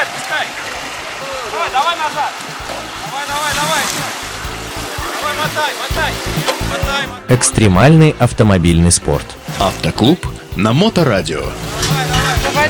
отпускай. Давай назад. Давай. Мотай. Экстремальный автомобильный спорт. Автоклуб на Моторадио. Давай.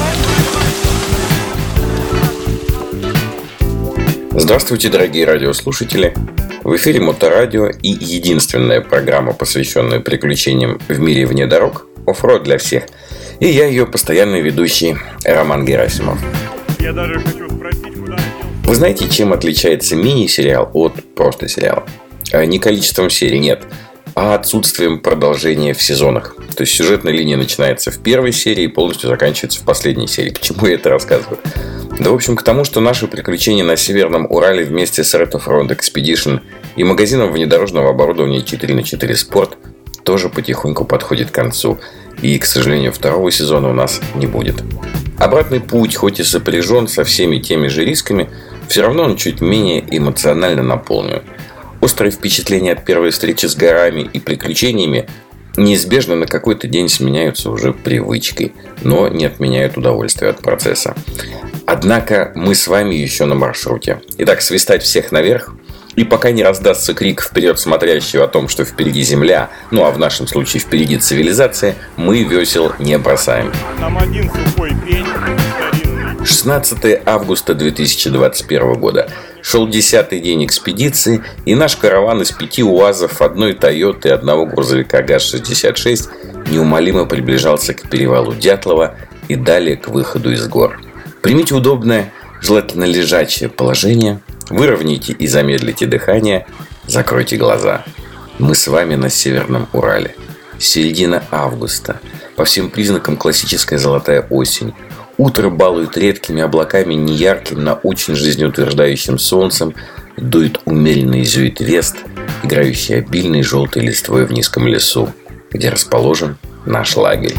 Здравствуйте, дорогие радиослушатели! В эфире Моторадио и единственная программа, посвященная приключениям в мире вне дорог, оффроуд для всех. И я ее постоянный ведущий Роман Герасимов. Я даже хочу спросить, куда я делся. Вы знаете, чем отличается мини-сериал от просто сериала? Не количеством серий, нет, а отсутствием продолжения в сезонах. То есть сюжетная линия начинается в первой серии и полностью заканчивается в последней серии. К чему я это рассказываю? Да, в общем, к тому, что наши приключения на Северном Урале вместе с Red Off-Road Expedition и магазином внедорожного оборудования 4x4 Sport тоже потихоньку подходит к концу. И, к сожалению, второго сезона у нас не будет. Обратный путь, хоть и сопряжен со всеми теми же рисками, все равно он чуть менее эмоционально наполнен. Острые впечатления от первой встречи с горами и приключениями неизбежно на какой-то день сменяются уже привычкой, но не отменяют удовольствия от процесса. Однако мы с вами еще на маршруте. Итак, свистать всех наверх. И пока не раздастся крик вперед смотрящего о том, что впереди земля, ну а в нашем случае впереди цивилизация, мы весел не бросаем. Там один сухой пень старинный. 16 августа 2021 года. Шел 10-й день экспедиции, и наш караван из 5 УАЗов, одной Тойоты и одного грузовика ГАЗ-66 неумолимо приближался к перевалу Дятлова и далее к выходу из гор. Примите удобное, желательно лежачее положение, выровняйте и замедлите дыхание, закройте глаза. Мы с вами на Северном Урале. Середина августа. По всем признакам классическая золотая осень. Утро балует редкими облаками, неярким, но очень жизнеутверждающим солнцем. Дует умеренный зюит-вест, играющий обильной желтой листвой в низком лесу, где расположен наш лагерь.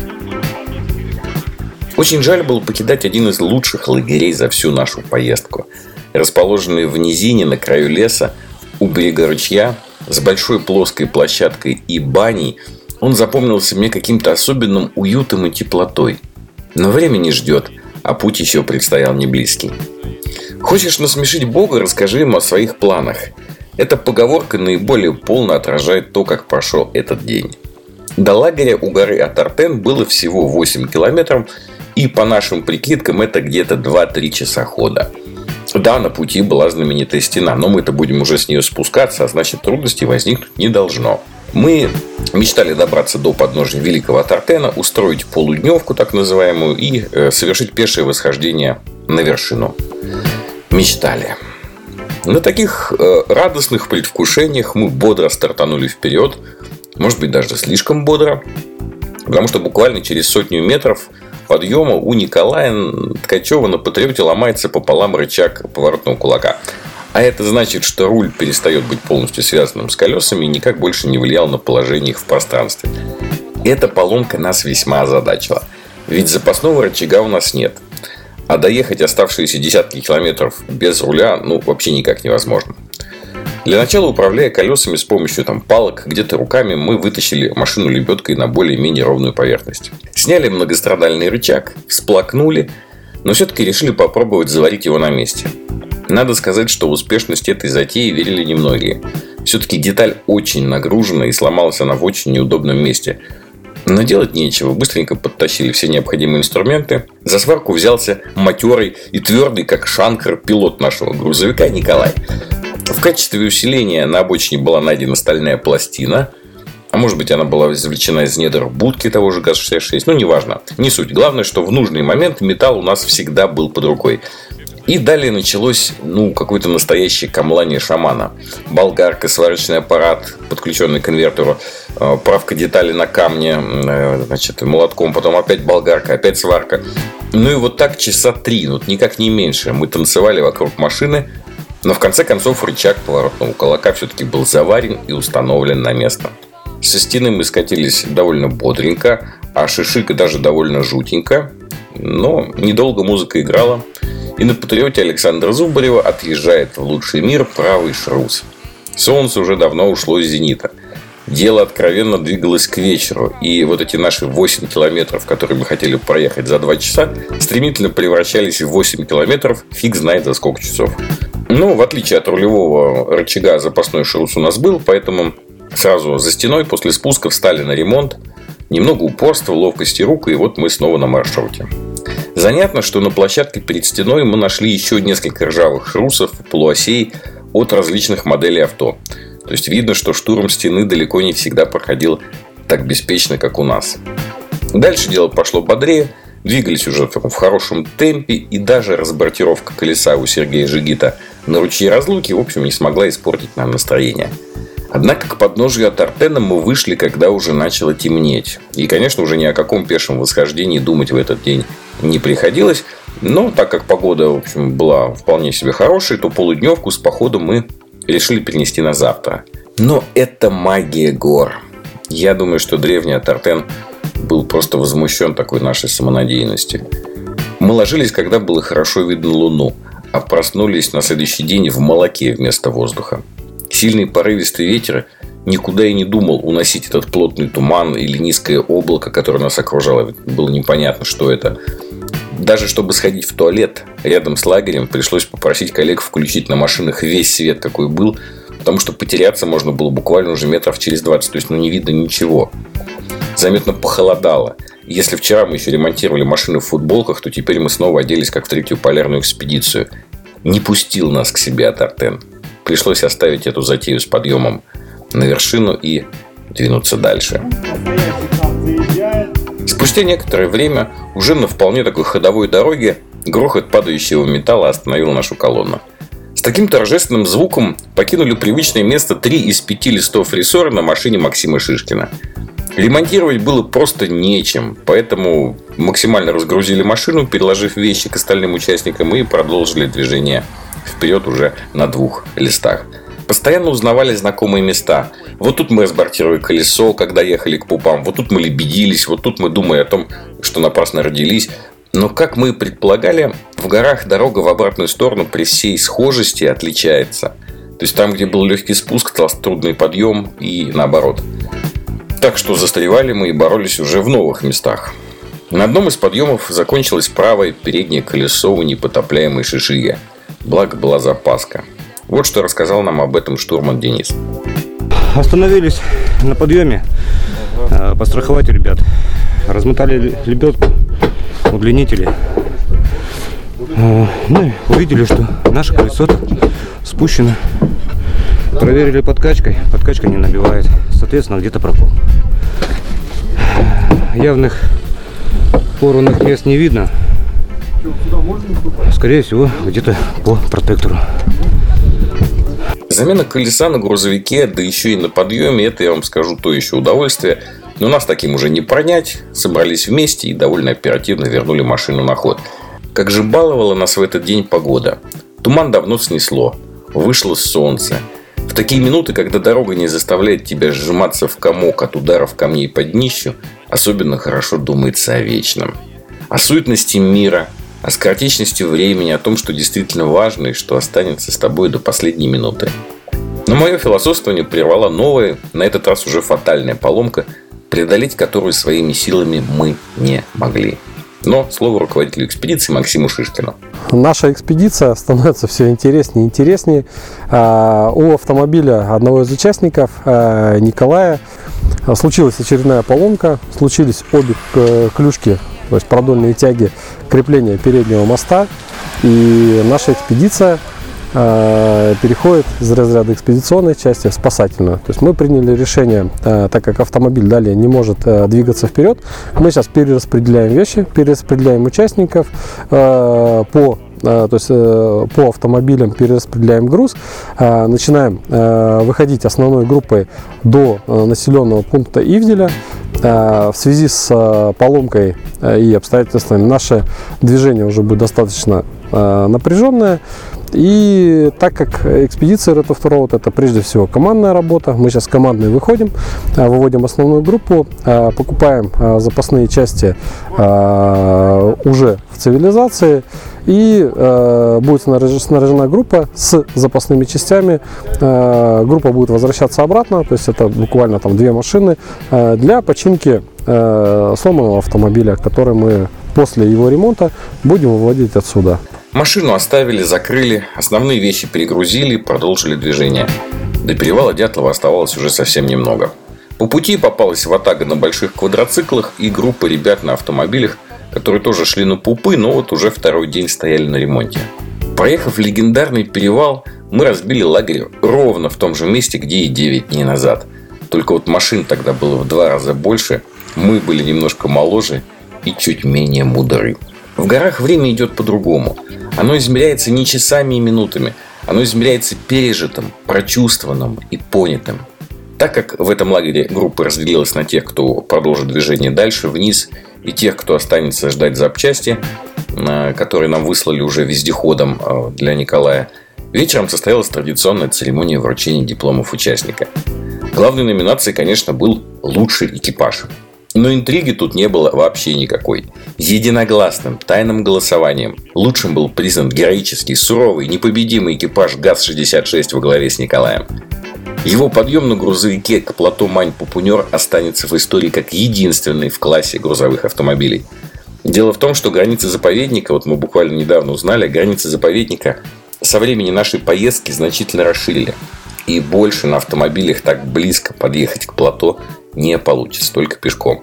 Очень жаль было покидать один из лучших лагерей за всю нашу поездку. Расположенный в низине на краю леса, у берега ручья, с большой плоской площадкой и баней, он запомнился мне каким-то особенным уютом и теплотой. Но время не ждет, а путь еще предстоял не близкий. Хочешь насмешить Бога, расскажи ему о своих планах. Эта поговорка наиболее полно отражает то, как прошел этот день. До лагеря у горы Атартен было всего 8 километров, и по нашим прикидкам это где-то 2-3 часа хода. Да, на пути была знаменитая стена, но мы-то будем уже с нее спускаться, а значит трудностей возникнуть не должно. Мы мечтали добраться до подножия Великого Атартена, устроить полудневку так называемую и совершить пешее восхождение на вершину. Мечтали. На таких радостных предвкушениях мы бодро стартанули вперед, может быть даже слишком бодро, потому что буквально через 100 метров подъема у Николая Ткачева на Патриоте ломается пополам рычаг поворотного кулака. А это значит, что руль перестает быть полностью связанным с колесами и никак больше не влиял на положение их в пространстве. Эта поломка нас весьма озадачила. Ведь запасного рычага у нас нет. А доехать оставшиеся десятки километров без руля вообще никак невозможно. Для начала, управляя колесами с помощью палок, где-то руками, мы вытащили машину лебедкой на более-менее ровную поверхность. Сняли многострадальный рычаг, всплакнули, но все-таки решили попробовать заварить его на месте. Надо сказать, что в успешность этой затеи верили немногие. Все-таки деталь очень нагружена и сломалась она в очень неудобном месте. Но делать нечего, быстренько подтащили все необходимые инструменты. За сварку взялся матерый и твердый, как шанкар, пилот нашего грузовика Николай. В качестве усиления на обочине была найдена стальная пластина. А может быть, она была извлечена из недр будки того же ГАЗ-66. Неважно, не суть. Главное, что в нужный момент металл у нас всегда был под рукой. И далее началось, какое-то настоящее камлание шамана. Болгарка, сварочный аппарат, подключенный к конвертеру, правка деталей на камне, молотком, потом опять болгарка, опять сварка. И вот так часа 3, никак не меньше. Мы танцевали вокруг машины, но в конце концов рычаг поворотного кулака все-таки был заварен и установлен на место. Со стены мы скатились довольно бодренько, а шишика даже довольно жутенько. Но недолго музыка играла. И на Патриоте Александра Зубарева отъезжает в лучший мир правый шрус. Солнце уже давно ушло из зенита. дело откровенно двигалось к вечеру. И вот эти наши 8 километров, которые мы хотели проехать за 2 часа, стремительно превращались в 8 километров, фиг знает за сколько часов. Но в отличие от рулевого рычага, запасной шрус у нас был, поэтому сразу за стеной после спуска встали на ремонт. Немного упорства, ловкости рук, и вот мы снова на маршруте. Занятно, что на площадке перед стеной мы нашли еще несколько ржавых шрусов, полуосей от различных моделей авто. То есть видно, что штурм стены далеко не всегда проходил так беспечно, как у нас. Дальше дело пошло бодрее, двигались уже в хорошем темпе, и даже разбортировка колеса у Сергея Жигита на ручье Разлуки, в общем, не смогла испортить нам настроение. Однако к подножию от Артена мы вышли, когда уже начало темнеть. И, конечно, уже ни о каком пешем восхождении думать в этот день не приходилось. Но так как погода, в общем, была вполне себе хорошей, то полудневку с походом мы решили перенести на завтра. Но это магия гор. Я думаю, что древний Артен был просто возмущен такой нашей самонадеянностью. Мы ложились, когда было хорошо видно луну, а проснулись на следующий день в молоке вместо воздуха. Сильный порывистый ветер никуда и не думал уносить этот плотный туман или низкое облако, которое нас окружало. Было непонятно, что это. Даже чтобы сходить в туалет рядом с лагерем, пришлось попросить коллег включить на машинах весь свет, какой был, потому что потеряться можно было буквально уже метров через 20, то есть не видно ничего. Заметно похолодало. Если вчера мы еще ремонтировали машины в футболках, то теперь мы снова оделись как в 3-ю полярную экспедицию. Не пустил нас к себе Артен. Пришлось оставить эту затею с подъемом на вершину и двинуться дальше. Спустя некоторое время, уже на вполне такой ходовой дороге, грохот падающего металла остановил нашу колонну. С таким торжественным звуком покинули привычное место 3 из 5 листов рессора на машине Максима Шишкина. Ремонтировать было просто нечем, поэтому максимально разгрузили машину, переложив вещи к остальным участникам, и продолжили движение вперед уже на 2 листах. Постоянно узнавали знакомые места. Вот тут мы разбортировали колесо, когда ехали к пупам. Вот тут мы лебедились. Вот тут мы думали о том, что напрасно родились. Но, как мы предполагали, в горах дорога в обратную сторону при всей схожести отличается. То есть там, где был легкий спуск, стал трудный подъем и наоборот. Так что застревали мы и боролись уже в новых местах. На одном из подъемов закончилось правое переднее колесо у непотопляемой шишиги. Благо была запаска. Вот что рассказал нам об этом штурман Денис. Остановились на подъеме, постраховать ребят. Размотали лебедку, удлинители. Ну, увидели, что наше колесо спущено. Проверили подкачкой. Подкачка не набивает. Соответственно, где-то прокол. Явных порванных мест не видно. Скорее всего, где-то по протектору. Замена колеса на грузовике, да еще и на подъеме, это, я вам скажу, то еще удовольствие. Но нас таким уже не пронять. Собрались вместе и довольно оперативно вернули машину на ход. Как же баловала нас в этот день погода. Туман давно снесло. Вышло солнце. В такие минуты, когда дорога не заставляет тебя сжиматься в комок от ударов камней по днищу, особенно хорошо думается о вечном. О суетности мира, о скоротечности времени, о том, что действительно важно и что останется с тобой до последней минуты. Но мое философствование прервала новая, на этот раз уже фатальная поломка, преодолеть которую своими силами мы не могли. Но слово руководителю экспедиции Максиму Шишкину. Наша экспедиция становится все интереснее и интереснее. У автомобиля одного из участников, Николая, случилась очередная поломка. Случились обе клюшки, то есть продольные тяги крепления переднего моста. И наша экспедиция переходит из разряда экспедиционной части в спасательную. То есть мы приняли решение, так как автомобиль далее не может двигаться вперед, мы сейчас перераспределяем вещи, перераспределяем участников, по автомобилям перераспределяем груз, начинаем выходить основной группой до населенного пункта Ивделя. В связи с поломкой и обстоятельствами наше движение уже будет достаточно напряженное. И так как экспедиция Red Off-Road это прежде всего командная работа, мы сейчас командные выходим, выводим основную группу, покупаем запасные части уже в цивилизации, и будет снаряжена группа с запасными частями. Группа будет возвращаться обратно, то есть это буквально там 2 машины для починки сломанного автомобиля, который мы после его ремонта будем выводить отсюда. Машину оставили, закрыли, основные вещи перегрузили, продолжили движение. До перевала Дятлова оставалось уже совсем немного. По пути попалась ватага на больших квадроциклах и группа ребят на автомобилях, которые тоже шли на пупы, но вот уже второй день стояли на ремонте. Проехав легендарный перевал, мы разбили лагерь ровно в том же месте, где и 9 дней назад. Только вот машин тогда было в 2 раза больше, мы были немножко моложе и чуть менее мудры. В горах время идет по-другому. Оно измеряется не часами и минутами, оно измеряется пережитым, прочувствованным и понятым. Так как в этом лагере группа разделилась на тех, кто продолжит движение дальше, вниз, и тех, кто останется ждать запчасти, которые нам выслали уже вездеходом для Николая, вечером состоялась традиционная церемония вручения дипломов участника. Главной номинацией, конечно, был лучший экипаж. Но интриги тут не было вообще никакой. Единогласным, тайным голосованием лучшим был признан героический, суровый, непобедимый экипаж ГАЗ-66 во главе с Николаем. Его подъем на грузовике к плато Мань-Пупунер останется в истории как единственный в классе грузовых автомобилей. Дело в том, что границы заповедника, вот мы буквально недавно узнали, границы заповедника со времени нашей поездки значительно расширили. И больше на автомобилях так близко подъехать к плато не получится, только пешком.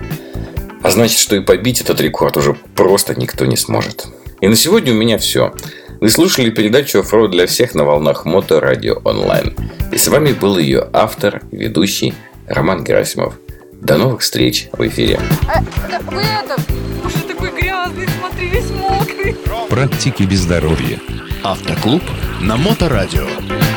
А значит, что и побить этот рекорд уже просто никто не сможет. И на сегодня у меня все. Вы слушали передачу «Оффроуд для всех» на волнах Моторадио онлайн. И с вами был ее автор, ведущий Роман Герасимов. До новых встреч в эфире. Вы уже такой грязный, смотри, весь мокрый. Практики без здоровья. Автоклуб на Моторадио.